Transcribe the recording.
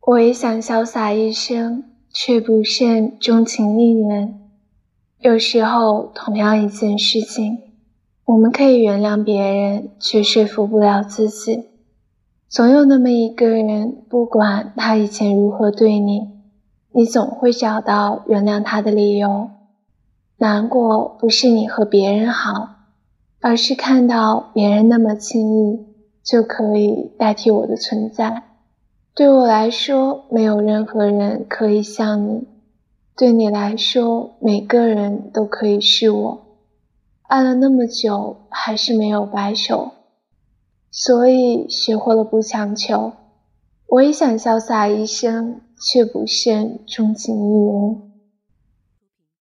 我也想潇洒一生，却不慎钟情一人。有时候同样一件事情，我们可以原谅别人，却说服不了自己。总有那么一个人，不管他以前如何对你，你总会找到原谅他的理由。难过不是你和别人好，而是看到别人那么轻易就可以代替我的存在。对我来说，没有任何人可以像你，对你来说，每个人都可以是我。爱了那么久，还是没有白首，所以学会了不强求。我也想潇洒一生，却不慎钟情一人。